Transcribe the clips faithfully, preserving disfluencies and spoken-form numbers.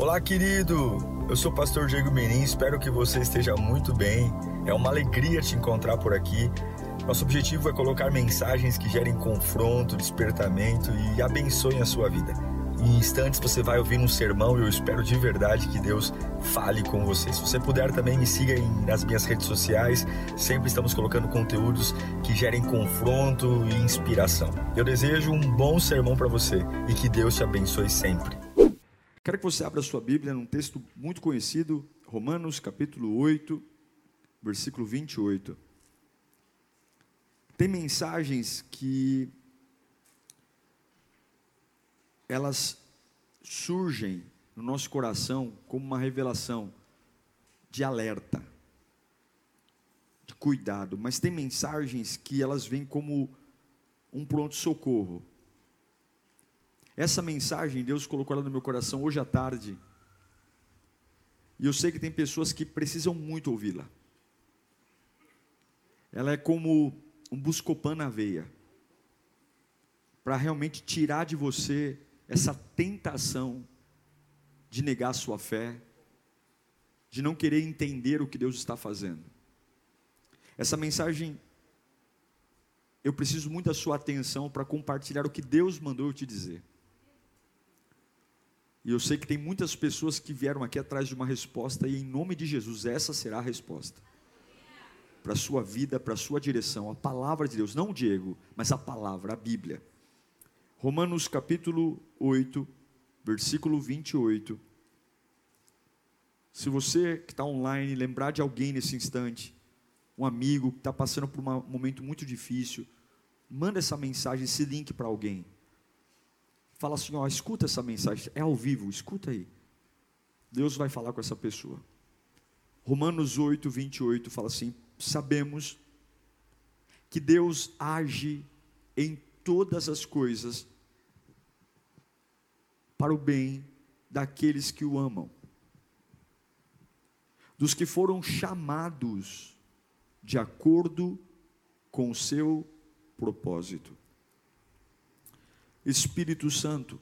Olá, querido! Eu sou o pastor Diego Menin, espero que você esteja muito bem. É uma alegria te encontrar por aqui. Nosso objetivo é colocar mensagens que gerem confronto, despertamento e abençoem a sua vida. Em instantes você vai ouvir um sermão e eu espero de verdade que Deus fale com você. Se você puder também me siga em, nas minhas redes sociais, sempre estamos colocando conteúdos que gerem confronto e inspiração. Eu desejo um bom sermão para você e que Deus te abençoe sempre. Quero que você abra a sua Bíblia num texto muito conhecido, Romanos capítulo oito, versículo vinte e oito. Tem mensagens que elas surgem no nosso coração como uma revelação de alerta, de cuidado, mas tem mensagens que elas vêm como um pronto-socorro. Essa mensagem Deus colocou ela no meu coração hoje à tarde, e eu sei que tem pessoas que precisam muito ouvi-la. Ela é como um Buscopan na veia, para realmente tirar de você essa tentação de negar a sua fé, de não querer entender o que Deus está fazendo. Essa mensagem, eu preciso muito da sua atenção para compartilhar o que Deus mandou eu te dizer. E eu sei que tem muitas pessoas que vieram aqui atrás de uma resposta, e em nome de Jesus, essa será a resposta. Para a sua vida, para a sua direção, a palavra de Deus, não o Diego, mas a palavra, a Bíblia. Romanos capítulo oito, versículo vinte e oito. Se você que está online lembrar de alguém nesse instante, um amigo que está passando por um momento muito difícil, manda essa mensagem, esse link para alguém. Fala assim, ó, escuta essa mensagem, é ao vivo, escuta aí. Deus vai falar com essa pessoa. Romanos oito, vinte e oito fala assim: sabemos que Deus age em todas as coisas para o bem daqueles que o amam, dos que foram chamados de acordo com o seu propósito. Espírito Santo,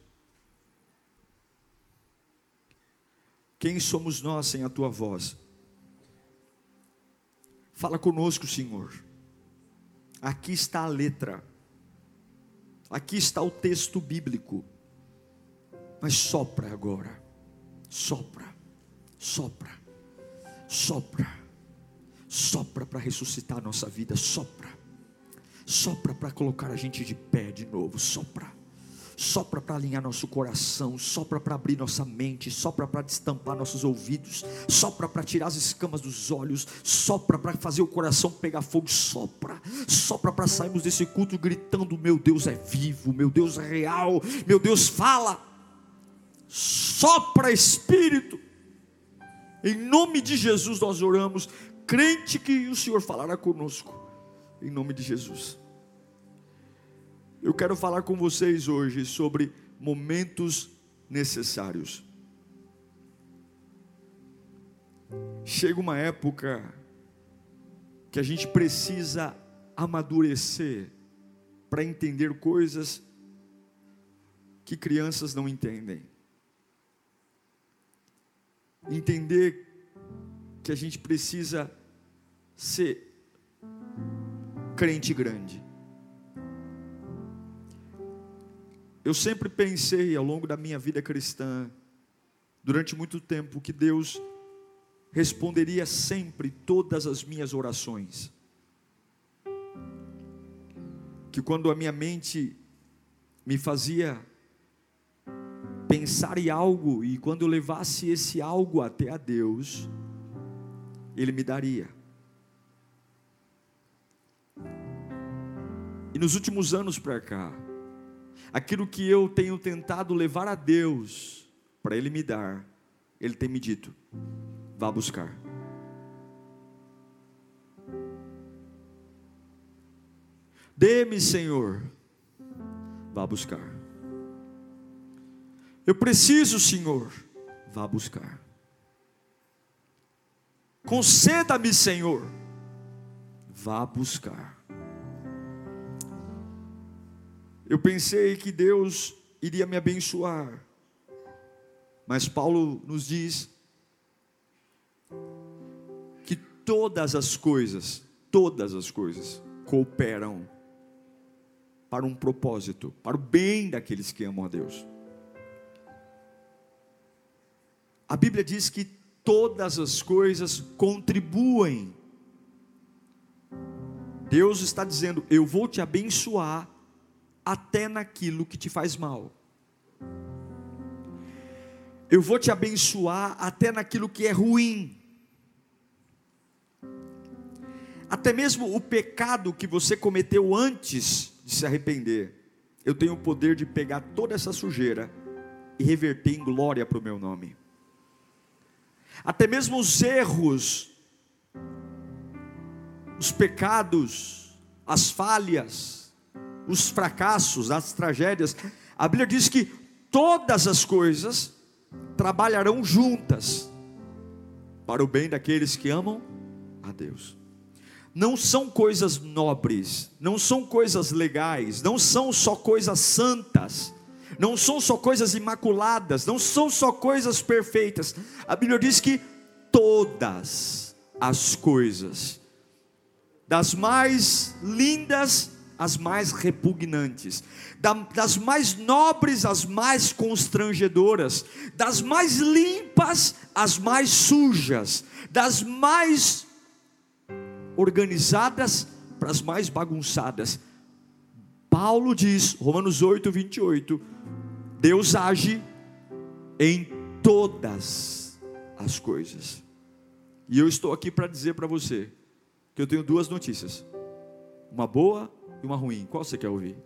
quem somos nós sem a tua voz? Fala conosco, Senhor. Aqui está a letra, aqui está o texto bíblico, mas sopra agora, sopra, sopra, sopra, sopra para ressuscitar a nossa vida, sopra, sopra para colocar a gente de pé de novo, sopra, sopra para alinhar nosso coração, sopra para abrir nossa mente, sopra para destampar nossos ouvidos, sopra para tirar as escamas dos olhos, sopra para fazer o coração pegar fogo, sopra, sopra para sairmos desse culto gritando: meu Deus é vivo, meu Deus é real, meu Deus fala. Sopra, Espírito, em nome de Jesus nós oramos, crente que o Senhor falará conosco, em nome de Jesus. Eu quero falar com vocês hoje sobre momentos necessários. Chega uma época que a gente precisa amadurecer para entender coisas que crianças não entendem. Entender que a gente precisa ser crente grande. Eu sempre pensei ao longo da minha vida cristã, durante muito tempo, que Deus responderia sempre todas as minhas orações. Que quando a minha mente me fazia pensar em algo, e quando eu levasse esse algo até a Deus, Ele me daria. E nos últimos anos para cá, aquilo que eu tenho tentado levar a Deus, para Ele me dar, Ele tem me dito: vá buscar. Dê-me, Senhor, vá buscar. Eu preciso, Senhor, vá buscar. Conceda-me, Senhor, vá buscar. Eu pensei que Deus iria me abençoar, Mas Paulo nos diz que todas as coisas, todas as coisas cooperam para um propósito, para o bem daqueles que amam a Deus. A Bíblia diz que todas as coisas contribuem. Deus está dizendo: eu vou te abençoar até naquilo que te faz mal. Eu vou te abençoar até naquilo que é ruim. Até mesmo o pecado que você cometeu antes de se arrepender, eu tenho o poder de pegar toda essa sujeira e reverter em glória para o meu nome. Até mesmo os erros, os pecados, as falhas, os fracassos, as tragédias, a Bíblia diz que todas as coisas trabalharão juntas para o bem daqueles que amam a Deus. Não são coisas nobres, não são coisas legais, não são só coisas santas, não são só coisas imaculadas, não são só coisas perfeitas. A Bíblia diz que todas as coisas, das mais lindas às mais repugnantes, das mais nobres às mais constrangedoras, das mais limpas às mais sujas, das mais organizadas para as mais bagunçadas. Paulo diz, Romanos oito, vinte e oito, Deus age em todas as coisas. E eu estou aqui para dizer para você que eu tenho duas notícias, uma boa e uma ruim. Qual você quer ouvir?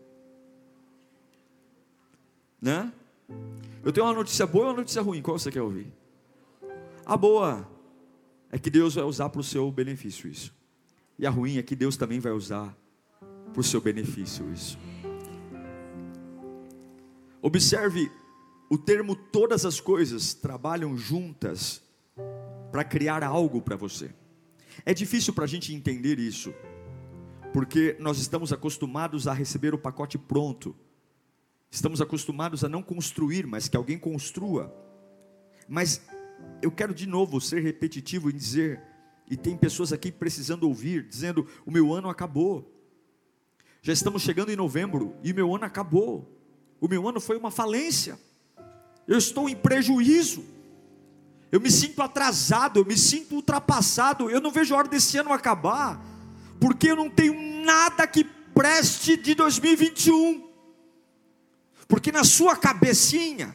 Né? Eu tenho uma notícia boa e uma notícia ruim. Qual você quer ouvir? A boa é que Deus vai usar para o seu benefício isso. E a ruim é que Deus também vai usar para o seu benefício isso. Observe, o termo todas as coisas trabalham juntas para criar algo para você. É difícil para a gente entender isso, porque nós estamos acostumados a receber o pacote pronto. Estamos acostumados a não construir, mas que alguém construa. Mas eu quero de novo ser repetitivo em dizer, e tem pessoas aqui precisando ouvir, dizendo: o meu ano acabou. Já estamos chegando em novembro e o meu ano acabou. O meu ano foi uma falência. Eu estou em prejuízo. Eu me sinto atrasado, eu me sinto ultrapassado. Eu não vejo a hora desse ano acabar, porque eu não tenho nada que preste de dois mil e vinte e um. Porque na sua cabecinha,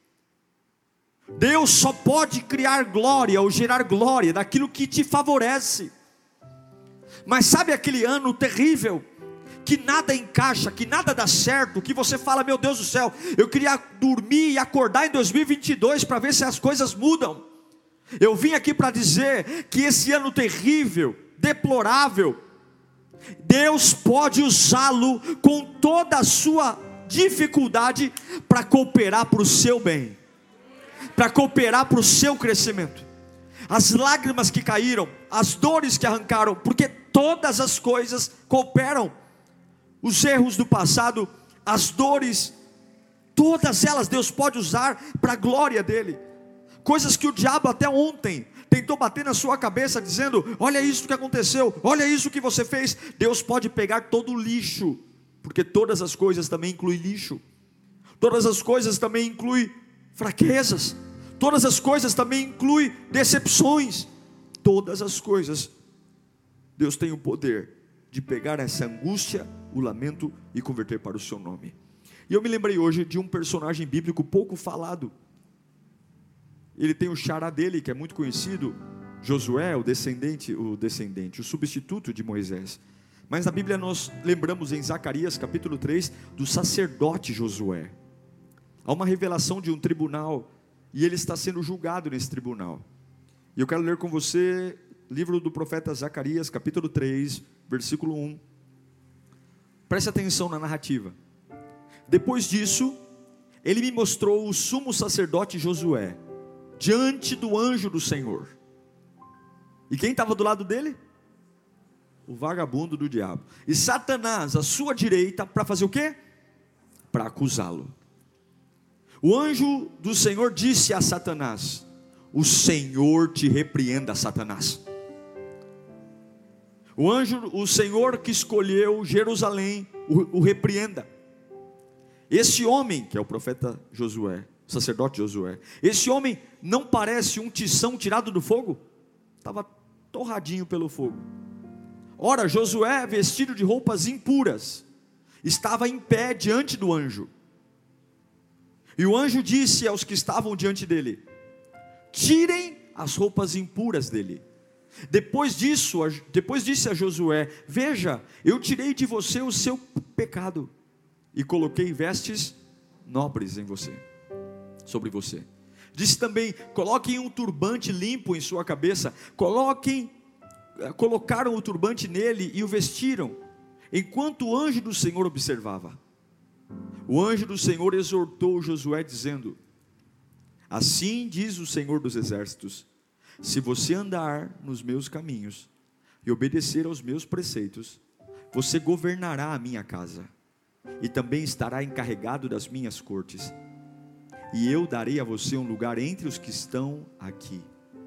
Deus só pode criar glória ou gerar glória daquilo que te favorece. Mas sabe aquele ano terrível, que nada encaixa, que nada dá certo, que você fala: meu Deus do céu, eu queria dormir e acordar em dois mil e vinte e dois para ver se as coisas mudam. Eu vim aqui para dizer que esse ano terrível, deplorável, Deus pode usá-lo com toda a sua dificuldade para cooperar para o seu bem, para cooperar para o seu crescimento. As lágrimas que caíram, as dores que arrancaram, porque todas as coisas cooperam. Os erros do passado, as dores, todas elas Deus pode usar para a glória dele. Coisas que o diabo até ontem tentou bater na sua cabeça, dizendo: olha isso que aconteceu, olha isso que você fez. Deus pode pegar todo o lixo, porque todas as coisas também incluem lixo. Todas as coisas também incluem fraquezas. Todas as coisas também incluem decepções. Todas as coisas, Deus tem o poder de pegar essa angústia, o lamento, e converter para o seu nome. E eu me lembrei hoje de um personagem bíblico pouco falado. Ele tem o xará dele, que é muito conhecido, Josué, o descendente, o descendente, o substituto de Moisés. Mas na Bíblia nós lembramos em Zacarias capítulo três, do sacerdote Josué. Há uma revelação de um tribunal, e ele está sendo julgado nesse tribunal. E eu quero ler com você, livro do profeta Zacarias, capítulo três, versículo um. Preste atenção na narrativa. Depois disso, ele me mostrou o sumo sacerdote Josué, diante do anjo do Senhor. E quem estava do lado dele? O vagabundo do diabo. E Satanás à sua direita, para fazer o quê? Para acusá-lo. O anjo do Senhor disse a Satanás: o Senhor te repreenda, Satanás. O anjo, o Senhor que escolheu Jerusalém, o, o repreenda. Esse homem, que é o profeta Josué, o sacerdote Josué, esse homem não parece um tição tirado do fogo? Estava torradinho pelo fogo. Ora, Josué, vestido de roupas impuras, estava em pé diante do anjo. E o anjo disse aos que estavam diante dele: tirem as roupas impuras dele. Depois disso, depois disse a Josué: veja, eu tirei de você o seu pecado e coloquei vestes nobres em você, sobre você. Disse também: coloquem um turbante limpo em sua cabeça. Coloquem, colocaram o turbante nele e o vestiram, enquanto o anjo do Senhor observava. O anjo do Senhor exortou Josué dizendo: assim diz o Senhor dos exércitos: se você andar nos meus caminhos e obedecer aos meus preceitos, você governará a minha casa e também estará encarregado das minhas cortes, e eu darei a você um lugar entre os que estão aqui.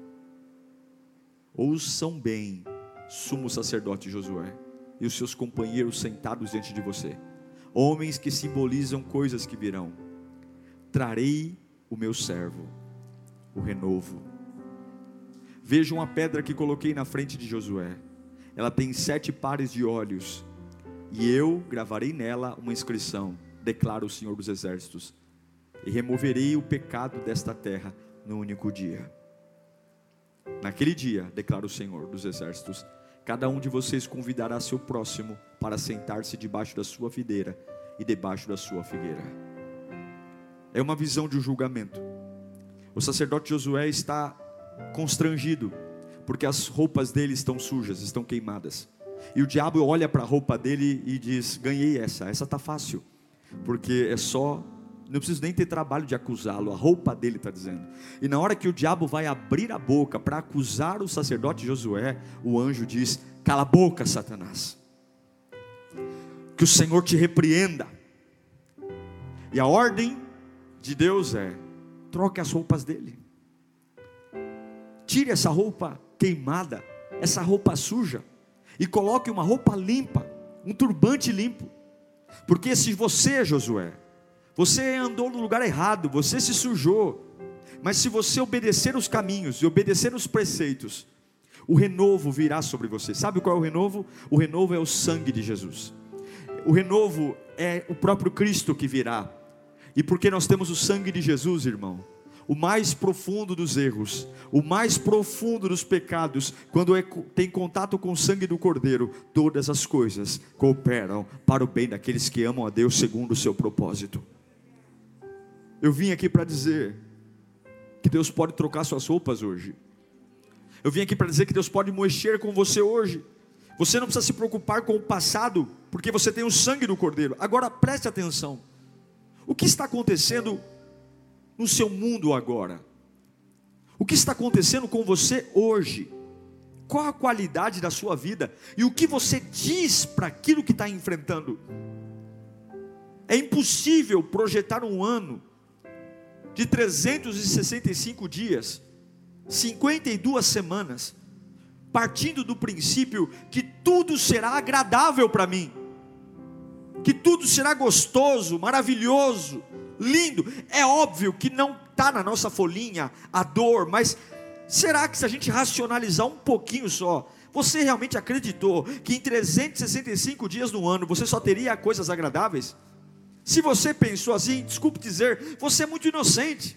Ouçam bem, sumo sacerdote Josué e os seus companheiros sentados diante de você, homens que simbolizam coisas que virão. Trarei o meu servo, o renovo. Vejam a pedra que coloquei na frente de Josué. Ela tem sete pares de olhos, e eu gravarei nela uma inscrição, declara o Senhor dos exércitos, e removerei o pecado desta terra no único dia. Naquele dia, declara o Senhor dos exércitos, cada um de vocês convidará seu próximo para sentar-se debaixo da sua videira e debaixo da sua figueira. É uma visão de um julgamento. O sacerdote Josué está constrangido, porque as roupas dele estão sujas, estão queimadas. E o diabo olha para a roupa dele e diz: ganhei essa, essa está fácil, porque é só, não preciso nem ter trabalho de acusá-lo, a roupa dele está dizendo. E na hora que o diabo vai abrir a boca para acusar o sacerdote Josué, o anjo diz: cala a boca, Satanás, que o Senhor te repreenda. E a ordem de Deus é: troque as roupas dele, tire essa roupa queimada, essa roupa suja, e coloque uma roupa limpa, um turbante limpo. Porque se você, Josué, você andou no lugar errado, você se sujou, mas se você obedecer os caminhos e obedecer os preceitos, o renovo virá sobre você. Sabe qual é o renovo? O renovo é o sangue de Jesus. O renovo é o próprio Cristo que virá. E porque nós temos o sangue de Jesus, irmão, o mais profundo dos erros, o mais profundo dos pecados, quando é, tem contato com o sangue do Cordeiro, todas as coisas cooperam para o bem daqueles que amam a Deus segundo o seu propósito. Eu vim aqui para dizer que Deus pode trocar suas roupas hoje. Eu vim aqui para dizer que Deus pode mexer com você hoje. Você não precisa se preocupar com o passado, porque você tem o sangue do Cordeiro. Agora preste atenção: o que está acontecendo no seu mundo agora? O que está acontecendo com você hoje? Qual a qualidade da sua vida? E o que você diz para aquilo que está enfrentando? É impossível projetar um ano de trezentos e sessenta e cinco dias, cinquenta e duas semanas, partindo do princípio que tudo será agradável para mim, que tudo será gostoso, maravilhoso, lindo. É óbvio que não está na nossa folhinha a dor, mas será que se a gente racionalizar um pouquinho só, você realmente acreditou que em trezentos e sessenta e cinco dias no ano você só teria coisas agradáveis? Se você pensou assim, desculpe dizer, você é muito inocente.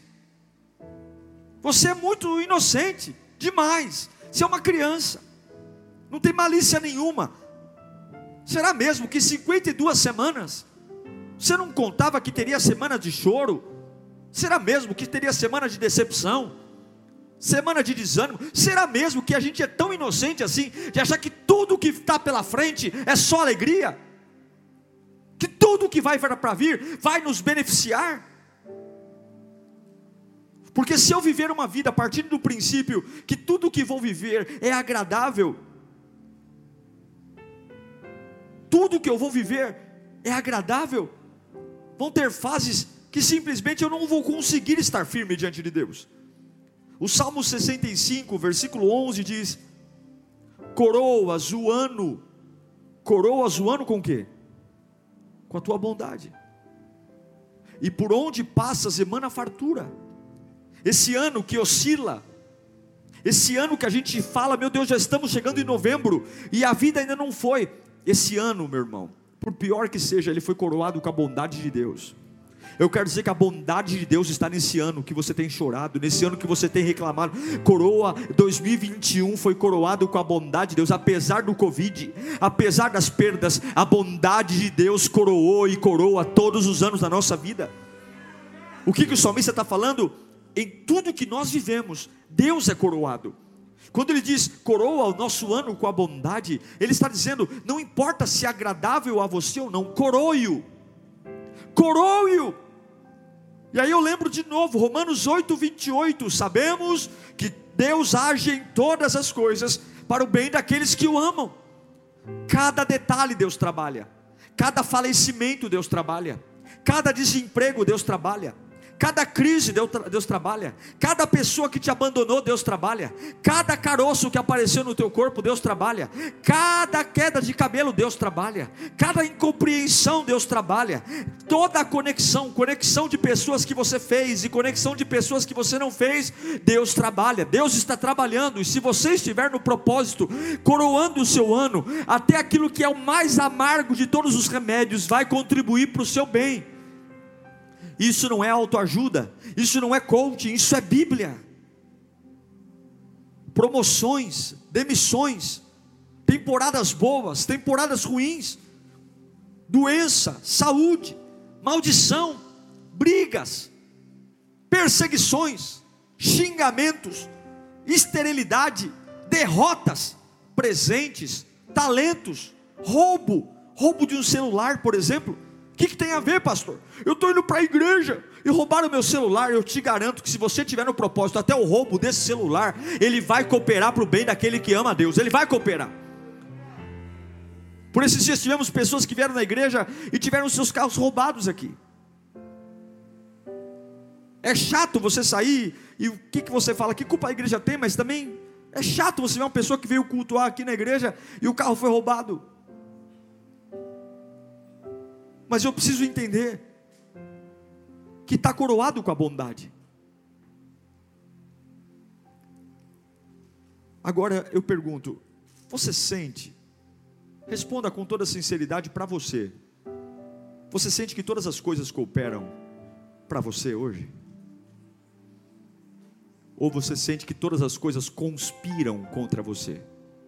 Você é muito inocente demais. Você é uma criança, não tem malícia nenhuma. Será mesmo que cinquenta e duas semanas você não contava que teria semana de choro? Será mesmo que teria semana de decepção, semana de desânimo? Será mesmo que a gente é tão inocente assim, de achar que tudo que está pela frente é só alegria? Que tudo que vai para vir vai nos beneficiar? Porque se eu viver uma vida a partir do princípio que tudo que vou viver é agradável, tudo que eu vou viver é agradável, vão ter fases que simplesmente eu não vou conseguir estar firme diante de Deus. O Salmo sessenta e cinco, versículo onze diz: coroas o ano, coroas o ano com o quê? Com a tua bondade, e por onde passas emana fartura. Esse ano que oscila, esse ano que a gente fala, meu Deus, já estamos chegando em novembro, e a vida ainda não foi. Esse ano, meu irmão, por pior que seja, ele foi coroado com a bondade de Deus. Eu quero dizer que a bondade de Deus está nesse ano que você tem chorado, nesse ano que você tem reclamado. Coroa dois mil e vinte e um foi coroado com a bondade de Deus, apesar do Covid, apesar das perdas, a bondade de Deus coroou e coroa todos os anos da nossa vida. O que, que o salmista está falando? Em tudo que nós vivemos, Deus é coroado. Quando ele diz coroa o nosso ano com a bondade, ele está dizendo, não importa se é agradável a você ou não, coroe-o, coroe-o. E aí eu lembro de novo, Romanos oito, vinte e oito, sabemos que Deus age em todas as coisas para o bem daqueles que o amam. Cada detalhe Deus trabalha, cada falecimento Deus trabalha, cada desemprego Deus trabalha, cada crise Deus, tra- Deus trabalha, cada pessoa que te abandonou Deus trabalha, cada caroço que apareceu no teu corpo Deus trabalha, cada queda de cabelo Deus trabalha, cada incompreensão Deus trabalha, toda a conexão, conexão de pessoas que você fez e conexão de pessoas que você não fez, Deus trabalha, Deus está trabalhando. E se você estiver no propósito, coroando o seu ano, até aquilo que é o mais amargo de todos os remédios vai contribuir para o seu bem. Isso não é autoajuda, isso não é coaching, isso é Bíblia. Promoções, demissões, temporadas boas, temporadas ruins, doença, saúde, maldição, brigas, perseguições, xingamentos, esterilidade, derrotas, presentes, talentos, roubo, roubo de um celular, por exemplo. O que, que tem a ver, pastor? Eu estou indo para a igreja e roubaram o meu celular. Eu te garanto que se você tiver no propósito, até o roubo desse celular, ele vai cooperar para o bem daquele que ama a Deus. Ele vai cooperar. Por esses dias tivemos pessoas que vieram na igreja e tiveram seus carros roubados aqui. É chato você sair e o que, que você fala? Que culpa a igreja tem? Mas também é chato você ver uma pessoa que veio cultuar aqui na igreja e o carro foi roubado. Mas eu preciso entender que está coroado com a bondade. Agora eu pergunto, você sente? Responda com toda sinceridade para você. Você sente que todas as coisas cooperam para você hoje? Ou você sente que todas as coisas conspiram contra você?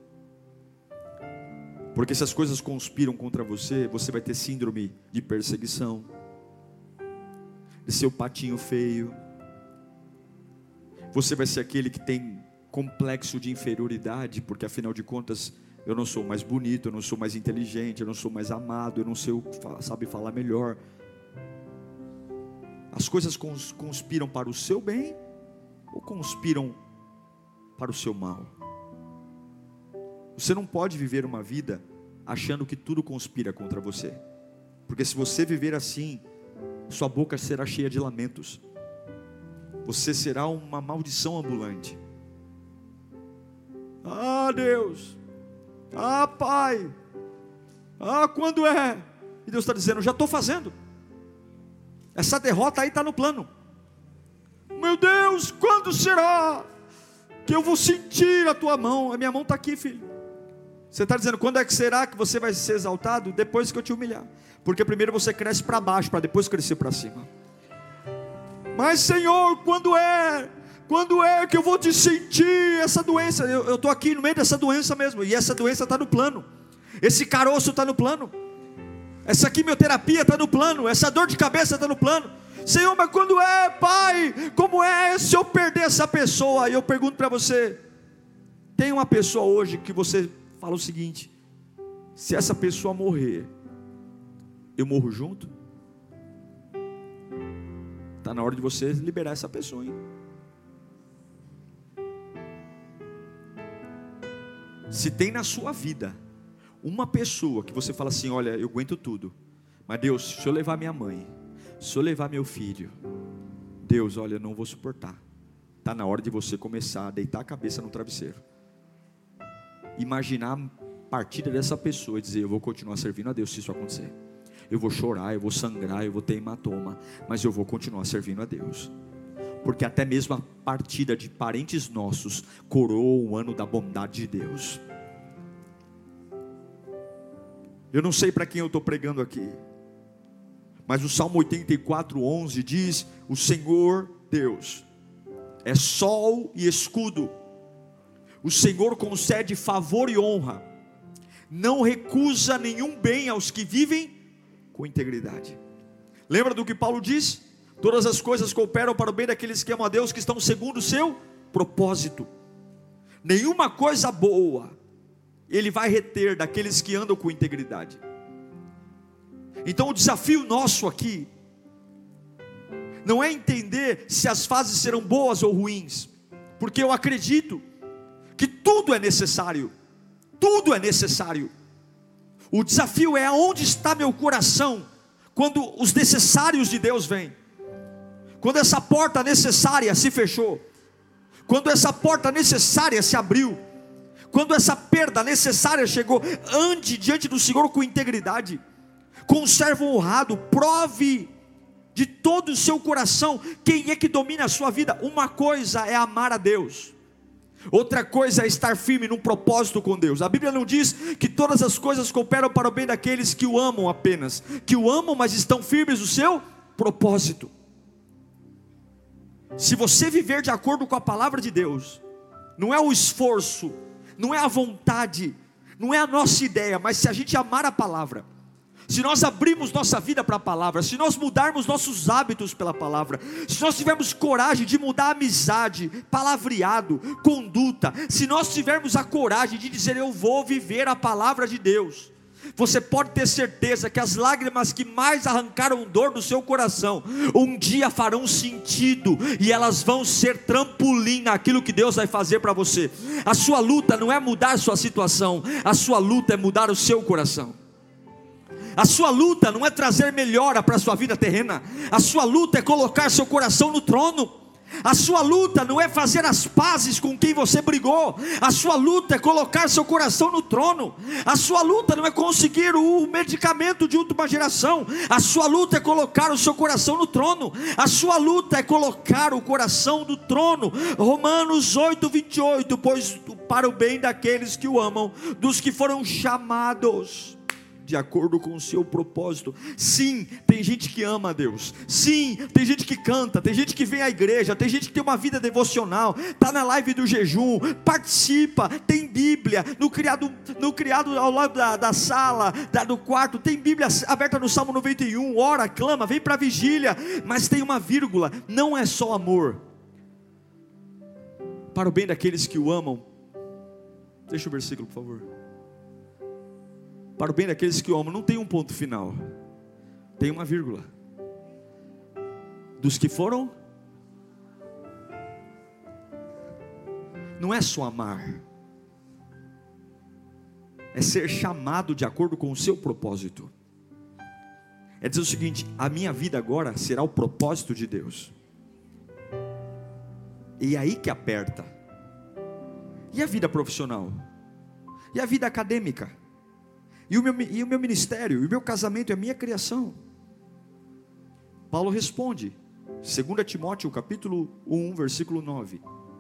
Porque se as coisas conspiram contra você, você vai ter síndrome de perseguição, de ser o patinho feio. Você vai ser aquele que tem complexo de inferioridade, porque afinal de contas, eu não sou mais bonito, eu não sou mais inteligente, eu não sou mais amado, eu não sei o que sabe falar melhor. As coisas conspiram para o seu bem ou conspiram para o seu mal? Você não pode viver uma vida achando que tudo conspira contra você, porque se você viver assim, sua boca será cheia de lamentos, você será uma maldição ambulante. Ah, Deus, ah, Pai, ah, quando é? E Deus está dizendo, já estou fazendo, essa derrota aí está no plano. Meu Deus, quando será que eu vou sentir a tua mão? A minha mão está aqui, filho. Você está dizendo, quando é que será que você vai ser exaltado? Depois que eu te humilhar, porque primeiro você cresce para baixo, para depois crescer para cima. Mas Senhor, quando é? Quando é que eu vou te sentir essa doença? Eu estou aqui no meio dessa doença mesmo, e essa doença está no plano, esse caroço está no plano, essa quimioterapia está no plano, essa dor de cabeça está no plano. Senhor, mas quando é, Pai? Como é se eu perder essa pessoa? E eu pergunto para você, tem uma pessoa hoje que você fala o seguinte, se essa pessoa morrer, eu morro junto? Está na hora de você liberar essa pessoa, hein? Se tem na sua vida uma pessoa que você fala assim, olha, eu aguento tudo, mas Deus, se eu levar minha mãe, se eu levar meu filho, Deus, olha, eu não vou suportar. Está na hora de você começar a deitar a cabeça no travesseiro, imaginar a partida dessa pessoa e dizer, eu vou continuar servindo a Deus se isso acontecer. Eu vou chorar, eu vou sangrar, eu vou ter hematoma, mas eu vou continuar servindo a Deus. Porque até mesmo a partida de parentes nossos coroou o ano da bondade de Deus. Eu não sei para quem eu estou pregando aqui, mas o Salmo oitenta e quatro, onze diz, o Senhor Deus é sol e escudo, o Senhor concede favor e honra, não recusa nenhum bem aos que vivem com integridade. Lembra do que Paulo diz? Todas as coisas cooperam para o bem daqueles que amam a Deus, que estão segundo o seu propósito. Nenhuma coisa boa Ele vai reter daqueles que andam com integridade. Então o desafio nosso aqui não é entender se as fases serão boas ou ruins, porque eu acredito que tudo é necessário, tudo é necessário. O desafio é aonde está meu coração quando os necessários de Deus vêm, quando essa porta necessária se fechou, quando essa porta necessária se abriu, quando essa perda necessária chegou. Ande diante do Senhor com integridade, com um servo honrado, prove de todo o seu coração quem é que domina a sua vida. Uma coisa é amar a Deus, outra coisa é estar firme num propósito com Deus. A Bíblia não diz que todas as coisas cooperam para o bem daqueles que o amam apenas, que o amam, mas estão firmes no seu propósito. Se você viver de acordo com a palavra de Deus, não é o esforço, não é a vontade, não é a nossa ideia, mas se a gente amar a palavra, se nós abrirmos nossa vida para a palavra, se nós mudarmos nossos hábitos pela palavra, se nós tivermos coragem de mudar a amizade, palavreado, conduta, se nós tivermos a coragem de dizer eu vou viver a palavra de Deus, você pode ter certeza que as lágrimas que mais arrancaram dor do seu coração, um dia farão sentido, e elas vão ser trampolim naquilo que Deus vai fazer para você. A sua luta não é mudar a sua situação, a sua luta é mudar o seu coração. A sua luta não é trazer melhora para a sua vida terrena, a sua luta é colocar seu coração no trono. A sua luta não é fazer as pazes com quem você brigou, a sua luta é colocar seu coração no trono. A sua luta não é conseguir o medicamento de última geração, a sua luta é colocar o seu coração no trono. A sua luta é colocar o coração no trono. Romanos oito, vinte e oito, pois para o bem daqueles que o amam, dos que foram chamados de acordo com o seu propósito. Sim, tem gente que ama a Deus, sim, tem gente que canta, tem gente que vem à igreja, tem gente que tem uma vida devocional, está na live do jejum, participa, tem Bíblia, no criado, no criado ao lado da, da sala, da, do quarto, tem Bíblia aberta no Salmo noventa e um, ora, clama, vem para a vigília, mas tem uma vírgula, não é só amor, para o bem daqueles que o amam. Deixa o versículo por favor. Para o bem daqueles que o amam, não tem um ponto final, tem uma vírgula. Dos que foram, não é só amar, é ser chamado de acordo com o seu propósito. É dizer o seguinte: a minha vida agora será o propósito de Deus. E é aí que aperta. E a vida profissional? E a vida acadêmica? E o, meu, e o meu ministério, e o meu casamento, e a minha criação? Paulo responde, dois Timóteo capítulo um, versículo nove,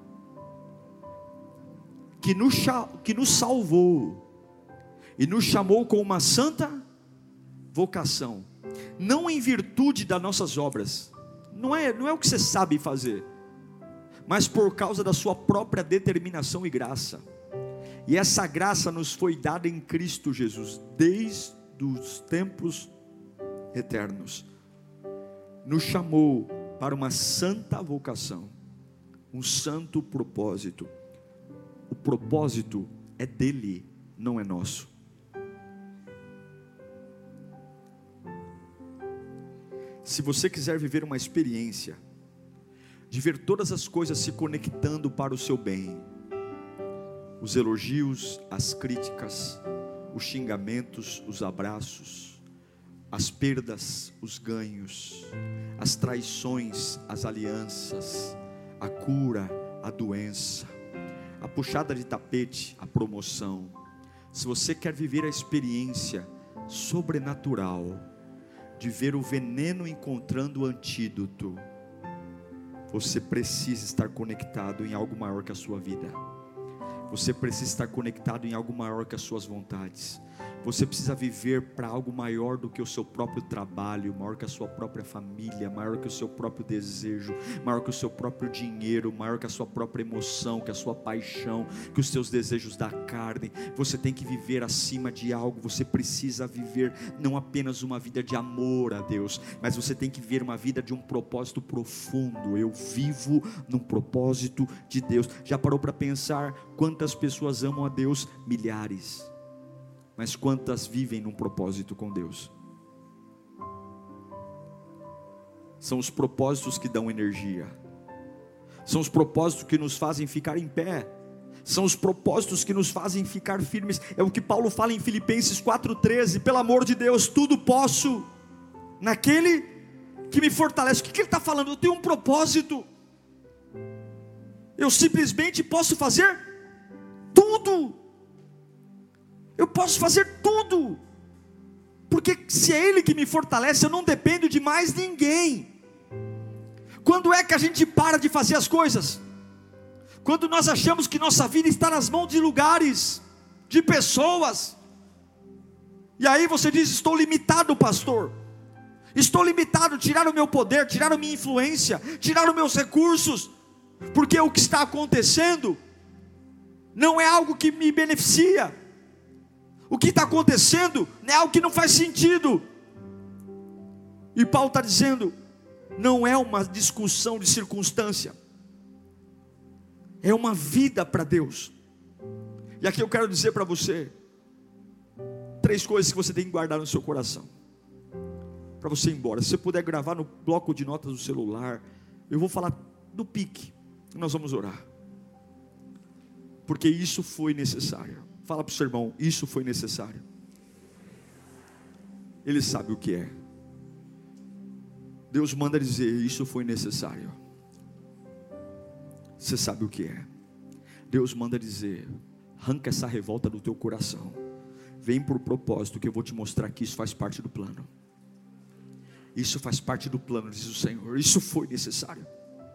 que nos, que nos salvou, e nos chamou com uma santa vocação, não em virtude das nossas obras, não é, não é o que você sabe fazer, mas por causa da sua própria determinação e graça. E essa graça nos foi dada em Cristo Jesus, desde os tempos eternos. Nos chamou para uma santa vocação, um santo propósito. O propósito é dele, não é nosso. Se você quiser viver uma experiência de ver todas as coisas se conectando para o seu bem, os elogios, as críticas, os xingamentos, os abraços, as perdas, os ganhos, as traições, as alianças, a cura, a doença, a puxada de tapete, a promoção. Se você quer viver a experiência sobrenatural de ver o veneno encontrando o antídoto, você precisa estar conectado em algo maior que a sua vida. Você precisa estar conectado em algo maior que as suas vontades. Você precisa viver para algo maior do que o seu próprio trabalho, maior que a sua própria família, maior que o seu próprio desejo, maior que o seu próprio dinheiro, maior que a sua própria emoção, que a sua paixão, que os seus desejos da carne. Você tem que viver acima de algo. Você precisa viver não apenas uma vida de amor a Deus, mas você tem que viver uma vida de um propósito profundo. Eu vivo num propósito de Deus. Já parou para pensar quantas pessoas amam a Deus? Milhares. Mas quantas vivem num propósito com Deus? São os propósitos que dão energia, são os propósitos que nos fazem ficar em pé, são os propósitos que nos fazem ficar firmes. É o que Paulo fala em Filipenses quatro treze, pelo amor de Deus, tudo posso naquele que me fortalece. O que ele está falando? Eu tenho um propósito, eu simplesmente posso fazer tudo. Eu posso fazer tudo, porque se é Ele que me fortalece, eu não dependo de mais ninguém. Quando é que a gente para de fazer as coisas? Quando nós achamos que nossa vida está nas mãos de lugares, de pessoas, e aí você diz: estou limitado, pastor, estou limitado, tiraram o meu poder, tiraram a minha influência, tiraram os meus recursos, porque o que está acontecendo não é algo que me beneficia. O que está acontecendo é algo que não faz sentido. E Paulo está dizendo, não é uma discussão de circunstância, é uma vida para Deus. E aqui eu quero dizer para você três coisas que você tem que guardar no seu coração, para você ir embora. Se você puder gravar no bloco de notas do celular, eu vou falar do pique, nós vamos orar, porque isso foi necessário. Fala para o seu irmão, isso foi necessário. Ele sabe o que é. Deus manda dizer, isso foi necessário. Você sabe o que é. Deus manda dizer, arranca essa revolta do teu coração. Vem por propósito, que eu vou te mostrar que isso faz parte do plano. Isso faz parte do plano, diz o Senhor. Isso foi necessário.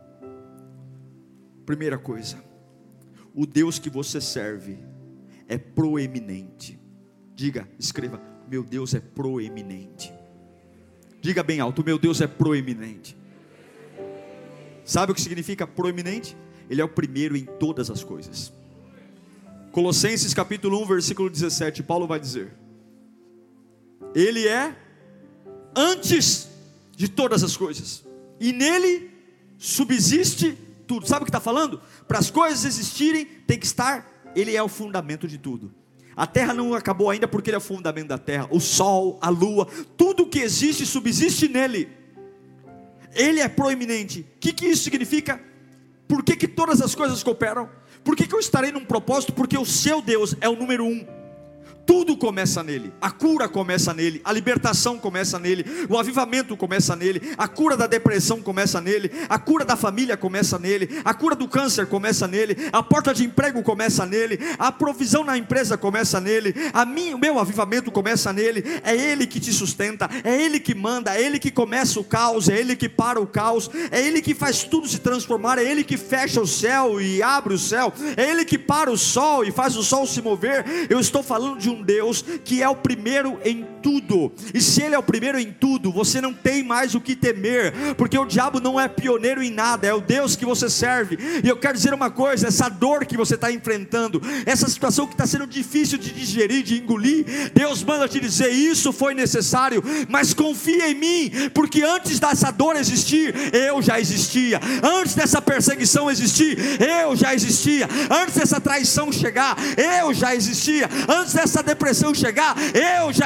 Primeira coisa, o Deus que você serve é proeminente. Diga, escreva, meu Deus é proeminente. Diga bem alto, meu Deus é proeminente. Sabe o que significa proeminente? Ele é o primeiro em todas as coisas. Colossenses capítulo um, versículo dezessete, Paulo vai dizer, Ele é antes de todas as coisas, e nele subsiste tudo. Sabe o que está falando? Para as coisas existirem, tem que estar. Ele é o fundamento de tudo. A terra não acabou ainda porque Ele é o fundamento da terra. O sol, a lua, tudo que existe subsiste nele. Ele é proeminente. O que, que isso significa? Por que, que todas as coisas cooperam? Por que, que eu estarei num propósito? Porque o seu Deus é o número um. Tudo começa nele, a cura começa nele, a libertação começa nele, o avivamento começa nele, a cura da depressão começa nele, a cura da família começa nele, a cura do câncer começa nele, a porta de emprego começa nele, a provisão na empresa começa nele, a mim, o meu avivamento começa nele. É Ele que te sustenta, é Ele que manda, é Ele que começa o caos, é Ele que para o caos, é Ele que faz tudo se transformar, é Ele que fecha o céu e abre o céu, é Ele que para o sol e faz o sol se mover. Eu estou falando de um Deus que é o primeiro em tudo, e se Ele é o primeiro em tudo, você não tem mais o que temer, porque o diabo não é pioneiro em nada, é o Deus que você serve. E eu quero dizer uma coisa, essa dor que você está enfrentando, essa situação que está sendo difícil de digerir, de engolir, Deus manda te dizer, isso foi necessário, mas confia em mim, porque antes dessa dor existir, eu já existia, antes dessa perseguição existir, eu já existia, antes dessa traição chegar, eu já existia, antes dessa depressão chegar, eu já existia.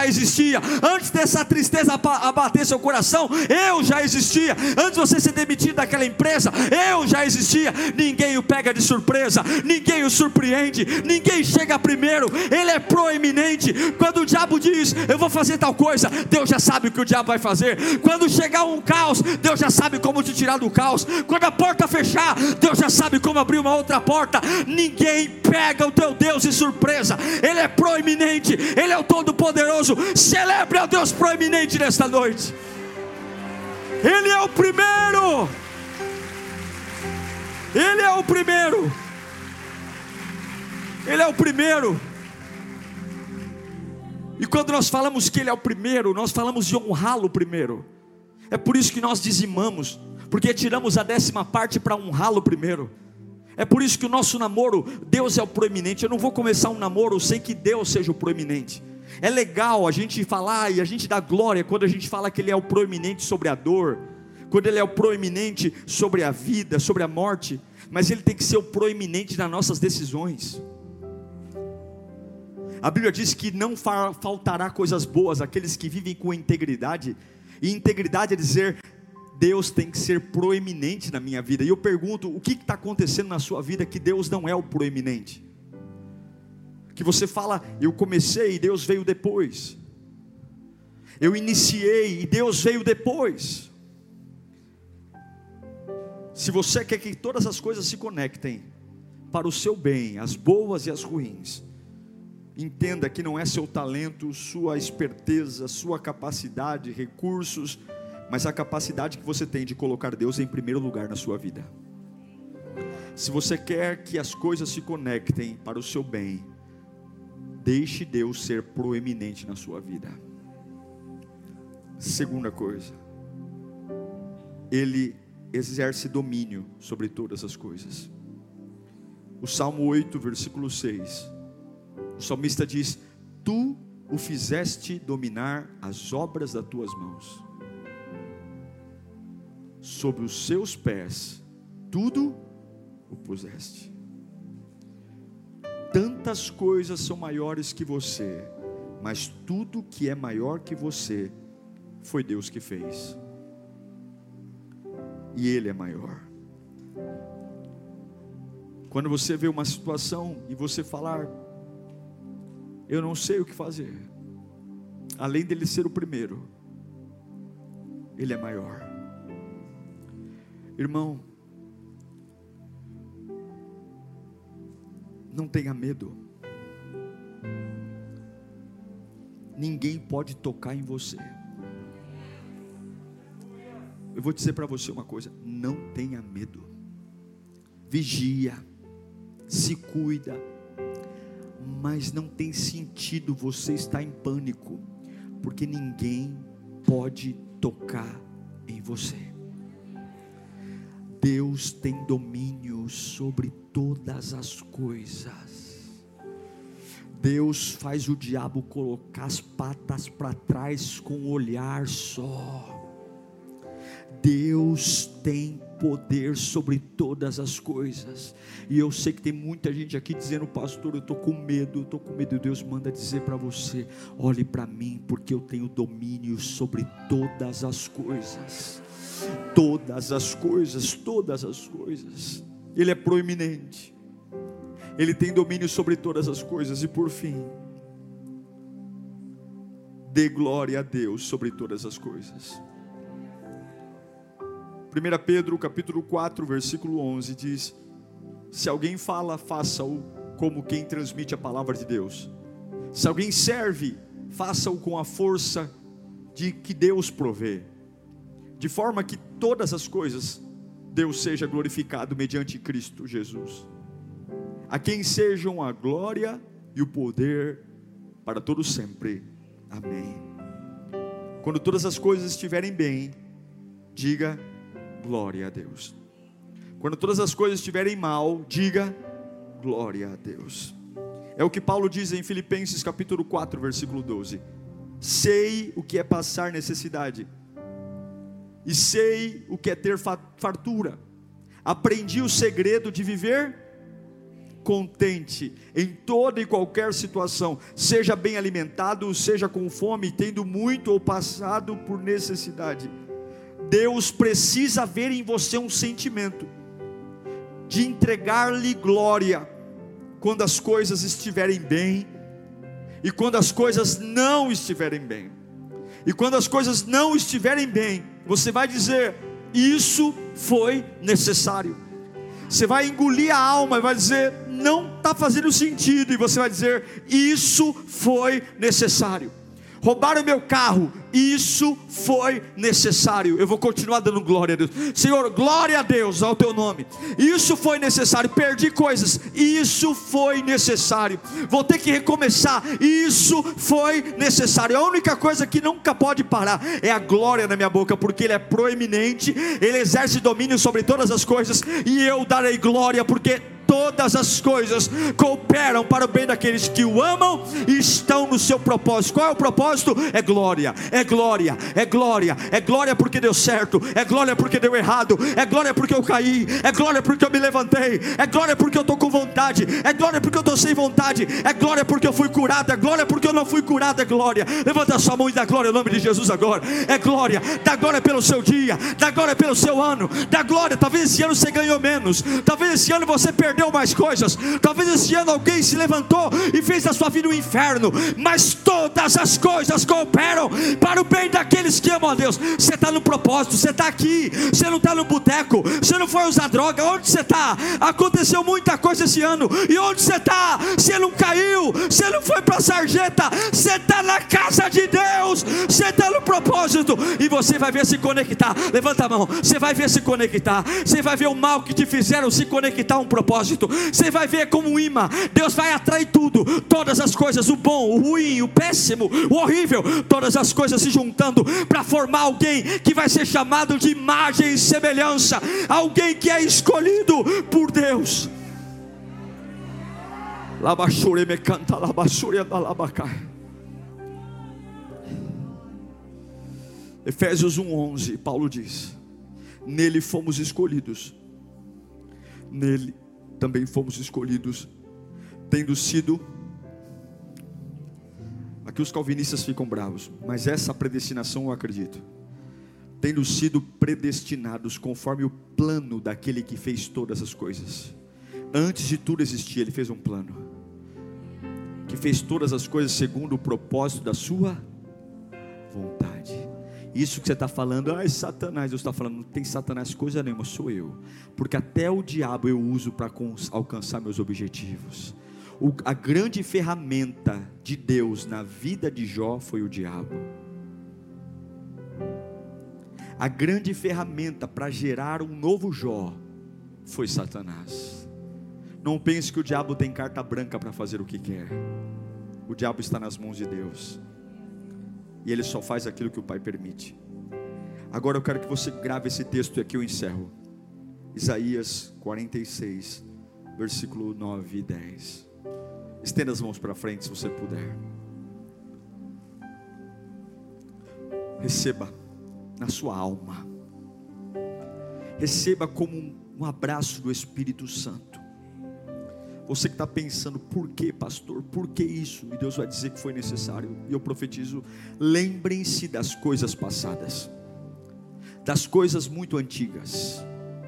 existia. Antes dessa tristeza abater seu coração, eu já existia. Antes de você ser demitido daquela empresa, eu já existia. Ninguém o pega de surpresa, ninguém o surpreende, ninguém chega primeiro. Ele é proeminente. Quando o diabo diz, eu vou fazer tal coisa, Deus já sabe o que o diabo vai fazer. Quando chegar um caos, Deus já sabe como te tirar do caos. Quando a porta fechar, Deus já sabe como abrir uma outra porta. Ninguém pega o teu Deus de surpresa. Ele é proeminente, Ele é o Todo-Poderoso. Celebre ao Deus proeminente nesta noite. Ele é o primeiro. Ele é o primeiro. Ele é o primeiro. E quando nós falamos que Ele é o primeiro, nós falamos de honrá-lo primeiro. É por isso que nós dizimamos, porque tiramos a décima parte para honrá-lo primeiro. É por isso que o nosso namoro, Deus é o proeminente. Eu não vou começar um namoro sem que Deus seja o proeminente. É legal a gente falar e a gente dá glória quando a gente fala que Ele é o proeminente sobre a dor, quando Ele é o proeminente sobre a vida, sobre a morte. Mas Ele tem que ser o proeminente nas nossas decisões. A Bíblia diz que não faltará coisas boas àqueles que vivem com integridade. E integridade é dizer, Deus tem que ser proeminente na minha vida. E eu pergunto, o que está acontecendo na sua vida que Deus não é o proeminente? Que você fala, eu comecei e Deus veio depois. Eu iniciei e Deus veio depois. Se você quer que todas as coisas se conectem para o seu bem, as boas e as ruins, entenda que não é seu talento, sua esperteza, sua capacidade, recursos, mas a capacidade que você tem de colocar Deus em primeiro lugar na sua vida. Se você quer que as coisas se conectem para o seu bem, deixe Deus ser proeminente na sua vida. Segunda coisa, Ele exerce domínio sobre todas as coisas. O Salmo oito, versículo seis, o salmista diz, tu o fizeste dominar as obras das tuas mãos, sobre os seus pés tudo o puseste. Tantas coisas são maiores que você, mas tudo que é maior que você foi Deus que fez, e Ele é maior. Quando você vê uma situação e você falar, eu não sei o que fazer, além dele ser o primeiro, Ele é maior. Irmão, não tenha medo. Ninguém pode tocar em você. Eu vou dizer para você uma coisa, não tenha medo. Vigia, se cuida, mas não tem sentido você estar em pânico, porque ninguém pode tocar em você. Deus tem domínio sobre todas as coisas. Deus faz o diabo colocar as patas para trás com um olhar só. Deus tem poder sobre todas as coisas. E eu sei que tem muita gente aqui dizendo, pastor, eu estou com medo, eu estou com medo. Deus manda dizer para você, olhe para mim, porque eu tenho domínio sobre todas as coisas. Todas as coisas, todas as coisas. Ele é proeminente, Ele tem domínio sobre todas as coisas. E por fim, dê glória a Deus sobre todas as coisas. primeira Pedro capítulo quatro, versículo onze diz, se alguém fala, faça-o como quem transmite a palavra de Deus. Se alguém serve, faça-o com a força de que Deus provê, de forma que todas as coisas Deus seja glorificado mediante Cristo Jesus, a quem sejam a glória e o poder para todo sempre. Amém. Quando todas as coisas estiverem bem, diga glória a Deus. Quando todas as coisas estiverem mal, diga glória a Deus. É o que Paulo diz em Filipenses capítulo quatro, versículo doze. Sei o que é passar necessidade, e sei o que é ter fartura. Aprendi o segredo de viver contente em toda e qualquer situação, seja bem alimentado, seja com fome, tendo muito ou passado por necessidade. Deus precisa ver em você um sentimento de entregar-lhe glória quando as coisas estiverem bem e quando as coisas não estiverem bem. E quando as coisas não estiverem bem, você vai dizer: isso foi necessário. Você vai engolir a alma e vai dizer: não está fazendo sentido. E você vai dizer: isso foi necessário. Roubaram meu carro, isso foi necessário. Eu vou continuar dando glória a Deus. Senhor, glória a Deus ao teu nome. Isso foi necessário. Perdi coisas, isso foi necessário. Vou ter que recomeçar, isso foi necessário. A única coisa que nunca pode parar é a glória na minha boca, porque Ele é proeminente, Ele exerce domínio sobre todas as coisas, e eu darei glória, porque todas as coisas cooperam para o bem daqueles que o amam e estão no seu propósito. Qual é o propósito? É glória, é glória, é glória, é glória porque deu certo, é glória porque deu errado, é glória porque eu caí, é glória porque eu me levantei, é glória porque eu estou com vontade, é glória porque eu estou sem vontade, é glória porque eu fui curado, é glória porque eu não fui curado, é glória. Levanta a sua mão e dá glória em nome de Jesus agora. É glória, dá glória pelo seu dia, dá glória pelo seu ano, dá glória. Talvez esse ano você ganhou menos, talvez esse ano você perdeu mais coisas, talvez esse ano alguém se levantou e fez da sua vida um inferno, mas todas as coisas cooperam para o bem daqueles que amam a Deus. Você está no propósito, você está aqui, você não está no boteco, você não foi usar droga. Onde você está? Aconteceu muita coisa esse ano. E onde você está? Você não caiu, você não foi para a sarjeta, você está na casa de Deus, você está no propósito, e você vai ver se conectar. Levanta a mão, você vai ver se conectar, você vai ver o mal que te fizeram se conectar a um propósito. Você vai ver como um imã, Deus vai atrair tudo, todas as coisas, o bom, o ruim, o péssimo, o horrível, todas as coisas se juntando para formar alguém que vai ser chamado de imagem e semelhança, alguém que é escolhido por Deus. Labachure me canta, labachure da labacai. Efésios um, onze, Paulo diz: nele fomos escolhidos, nele também fomos escolhidos, tendo sido, aqui os calvinistas ficam bravos, mas essa predestinação eu acredito, tendo sido predestinados conforme o plano daquele que fez todas as coisas. Antes de tudo existir, Ele fez um plano, que fez todas as coisas segundo o propósito da sua vontade. Isso que você está falando, ai Satanás, Deus está falando, não tem Satanás coisa nenhuma, sou eu, porque até o diabo eu uso para alcançar meus objetivos. O, a grande ferramenta de Deus na vida de Jó foi o diabo. A grande ferramenta para gerar um novo Jó foi Satanás. Não pense que o diabo tem carta branca para fazer o que quer. O diabo está nas mãos de Deus, e ele só faz aquilo que o Pai permite. Agora eu quero que você grave esse texto e aqui eu encerro. Isaías quarenta e seis, versículo nove e dez. Estenda as mãos para frente se você puder. Receba na sua alma, receba como um, um abraço do Espírito Santo. Você que está pensando, por que pastor, por que isso? E Deus vai dizer que foi necessário. E eu profetizo, lembrem-se das coisas passadas, das coisas muito antigas.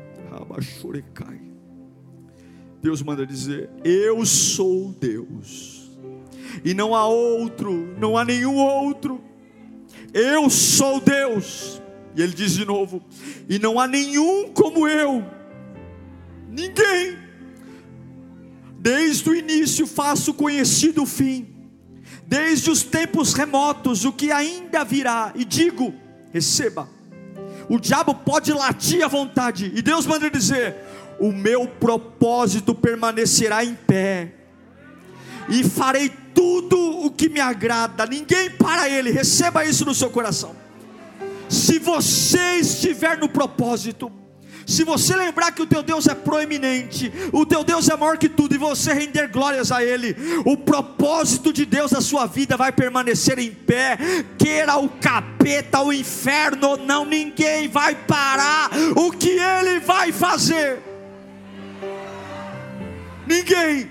Deus manda dizer: eu sou Deus, e não há outro, não há nenhum outro. Eu sou Deus. E Ele diz de novo: e não há nenhum como eu, ninguém. Desde o início faço conhecido o fim, desde os tempos remotos o que ainda virá. E digo, receba. O diabo pode latir à vontade, e Deus manda dizer: o meu propósito permanecerá em pé, e farei tudo o que me agrada. Ninguém para Ele. Receba isso no seu coração. Se você estiver no propósito, se você lembrar que o teu Deus é proeminente, o teu Deus é maior que tudo, e você render glórias a Ele, o propósito de Deus na sua vida vai permanecer em pé. Queira o capeta, o inferno ou não, ninguém vai parar o que Ele vai fazer. Ninguém.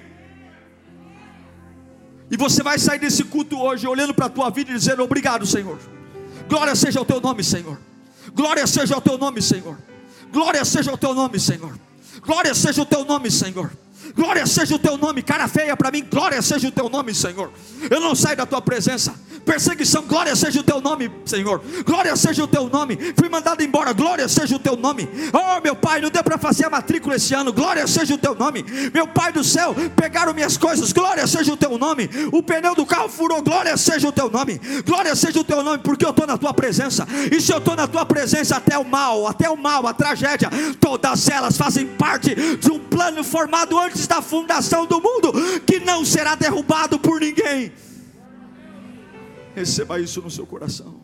E você vai sair desse culto hoje olhando para a tua vida e dizendo: obrigado, Senhor. Glória seja o teu nome, Senhor. Glória seja o teu nome, Senhor. Glória seja o teu nome, Senhor. Glória seja o teu nome, Senhor. Glória seja o teu nome. Cara feia para mim, glória seja o teu nome, Senhor. Eu não saio da tua presença. Perseguição, glória seja o teu nome, Senhor. Glória seja o teu nome. Fui mandado embora, glória seja o teu nome. Oh, meu Pai, não deu para fazer a matrícula esse ano, glória seja o teu nome. Meu Pai do céu, pegaram minhas coisas, glória seja o teu nome. O pneu do carro furou, glória seja o teu nome. Glória seja o teu nome, porque eu estou na tua presença. E se eu estou na tua presença, até o mal, até o mal, a tragédia, todas elas fazem parte de um plano formado antes da fundação do mundo, que não será derrubado por ninguém. Receba isso no seu coração.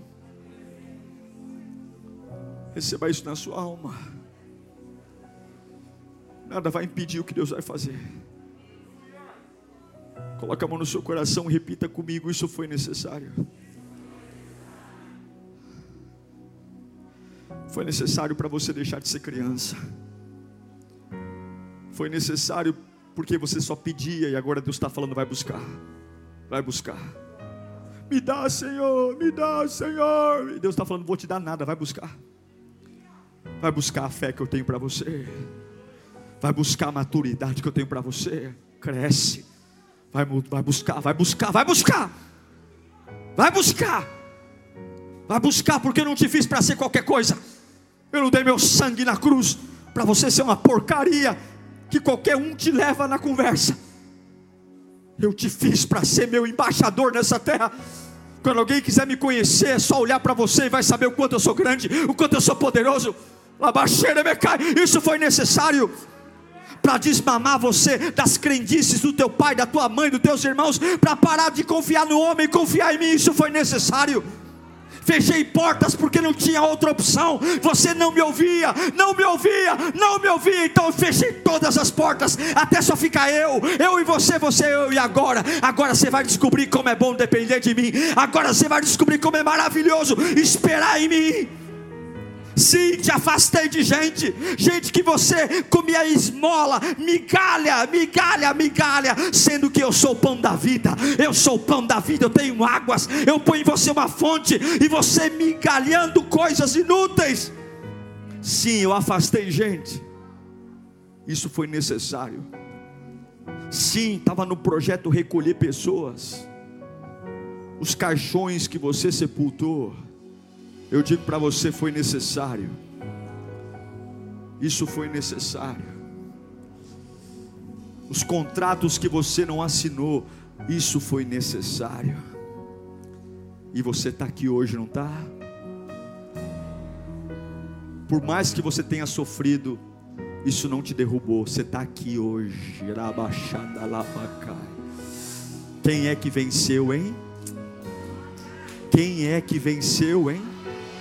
Receba isso na sua alma. Nada vai impedir o que Deus vai fazer. Coloque a mão no seu coração e repita comigo: isso foi necessário. Foi necessário para você deixar de ser criança. Foi necessário porque você só pedia e agora Deus está falando: vai buscar. Vai buscar. Me dá, Senhor, me dá, Senhor. E Deus está falando: vou te dar nada, vai buscar. Vai buscar a fé que eu tenho para você. Vai buscar a maturidade que eu tenho para você. Cresce. Vai, vai buscar, vai buscar, vai buscar. Vai buscar. Vai buscar, porque eu não te fiz para ser qualquer coisa. Eu não dei meu sangue na cruz para você ser uma porcaria que qualquer um te leva na conversa. Eu te fiz para ser meu embaixador nessa terra. Quando alguém quiser me conhecer, é só olhar para você e vai saber o quanto eu sou grande, o quanto eu sou poderoso. Isso foi necessário para desmamar você das crendices do teu pai, da tua mãe, dos teus irmãos, para parar de confiar no homem e confiar em mim. Isso foi necessário. Fechei portas porque não tinha outra opção. Você não me ouvia, não me ouvia, não me ouvia. Então eu fechei todas as portas, até só ficar eu, eu e você, você, eu e agora. Agora você vai descobrir como é bom depender de mim. Agora você vai descobrir como é maravilhoso esperar em mim. Sim, te afastei de gente, gente que você comia esmola, migalha, migalha, migalha, sendo que eu sou o pão da vida, eu sou o pão da vida, eu tenho águas, eu ponho em você uma fonte, e você migalhando coisas inúteis. Sim, eu afastei gente, isso foi necessário. Sim, estava no projeto recolher pessoas, os caixões que você sepultou. Eu digo para você, foi necessário. Isso foi necessário. Os contratos que você não assinou, isso foi necessário. E você está aqui hoje, não está? Por mais que você tenha sofrido, isso não te derrubou. Você está aqui hoje. Quem é que venceu, hein? Quem é que venceu, hein?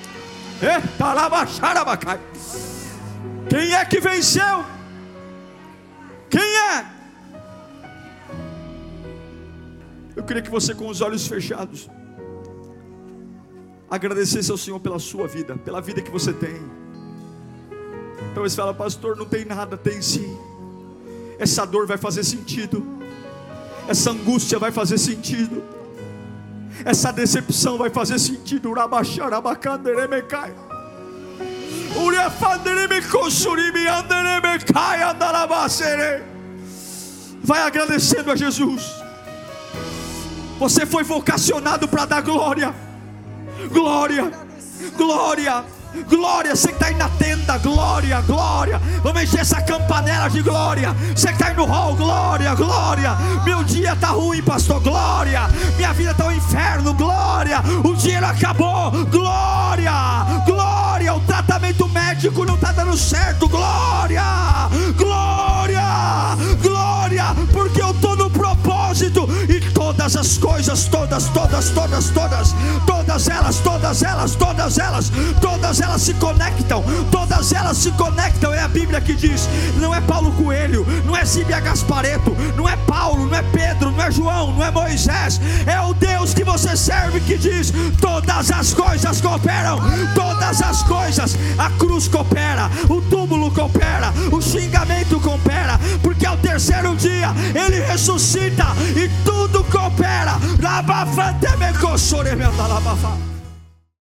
Quem é que venceu? Quem é? Eu queria que você, com os olhos fechados, agradecesse ao Senhor pela sua vida, pela vida que você tem. Então você fala: pastor, não tem nada. Tem sim. Essa dor vai fazer sentido, essa angústia vai fazer sentido, essa decepção vai fazer sentido. Vai agradecendo a Jesus. Você foi vocacionado para dar glória. Glória, glória, glória. Você que está aí na tenda, glória, glória. Vamos encher essa campanela de glória. Você que está aí no hall, glória, glória. Meu dia está ruim, pastor, glória. Minha vida está um inferno, glória. O dinheiro acabou, glória, glória. O tratamento médico não está dando certo, glória, glória, glória. Porque eu estou no propósito. E todas as coisas, todas, todas, todas, todas, todas elas, todas elas, todas elas, todas elas se conectam, todas elas se conectam. É a Bíblia que diz, não é Paulo Coelho, não é Zíbia Gaspareto, não é Paulo, não é Pedro, não é João, não é Moisés, é o Deus que você serve que diz, todas as coisas cooperam, todas as coisas. A cruz coopera, o túmulo coopera, o xingamento coopera, porque ao ter terceiro dia Ele ressuscita e tudo coopera.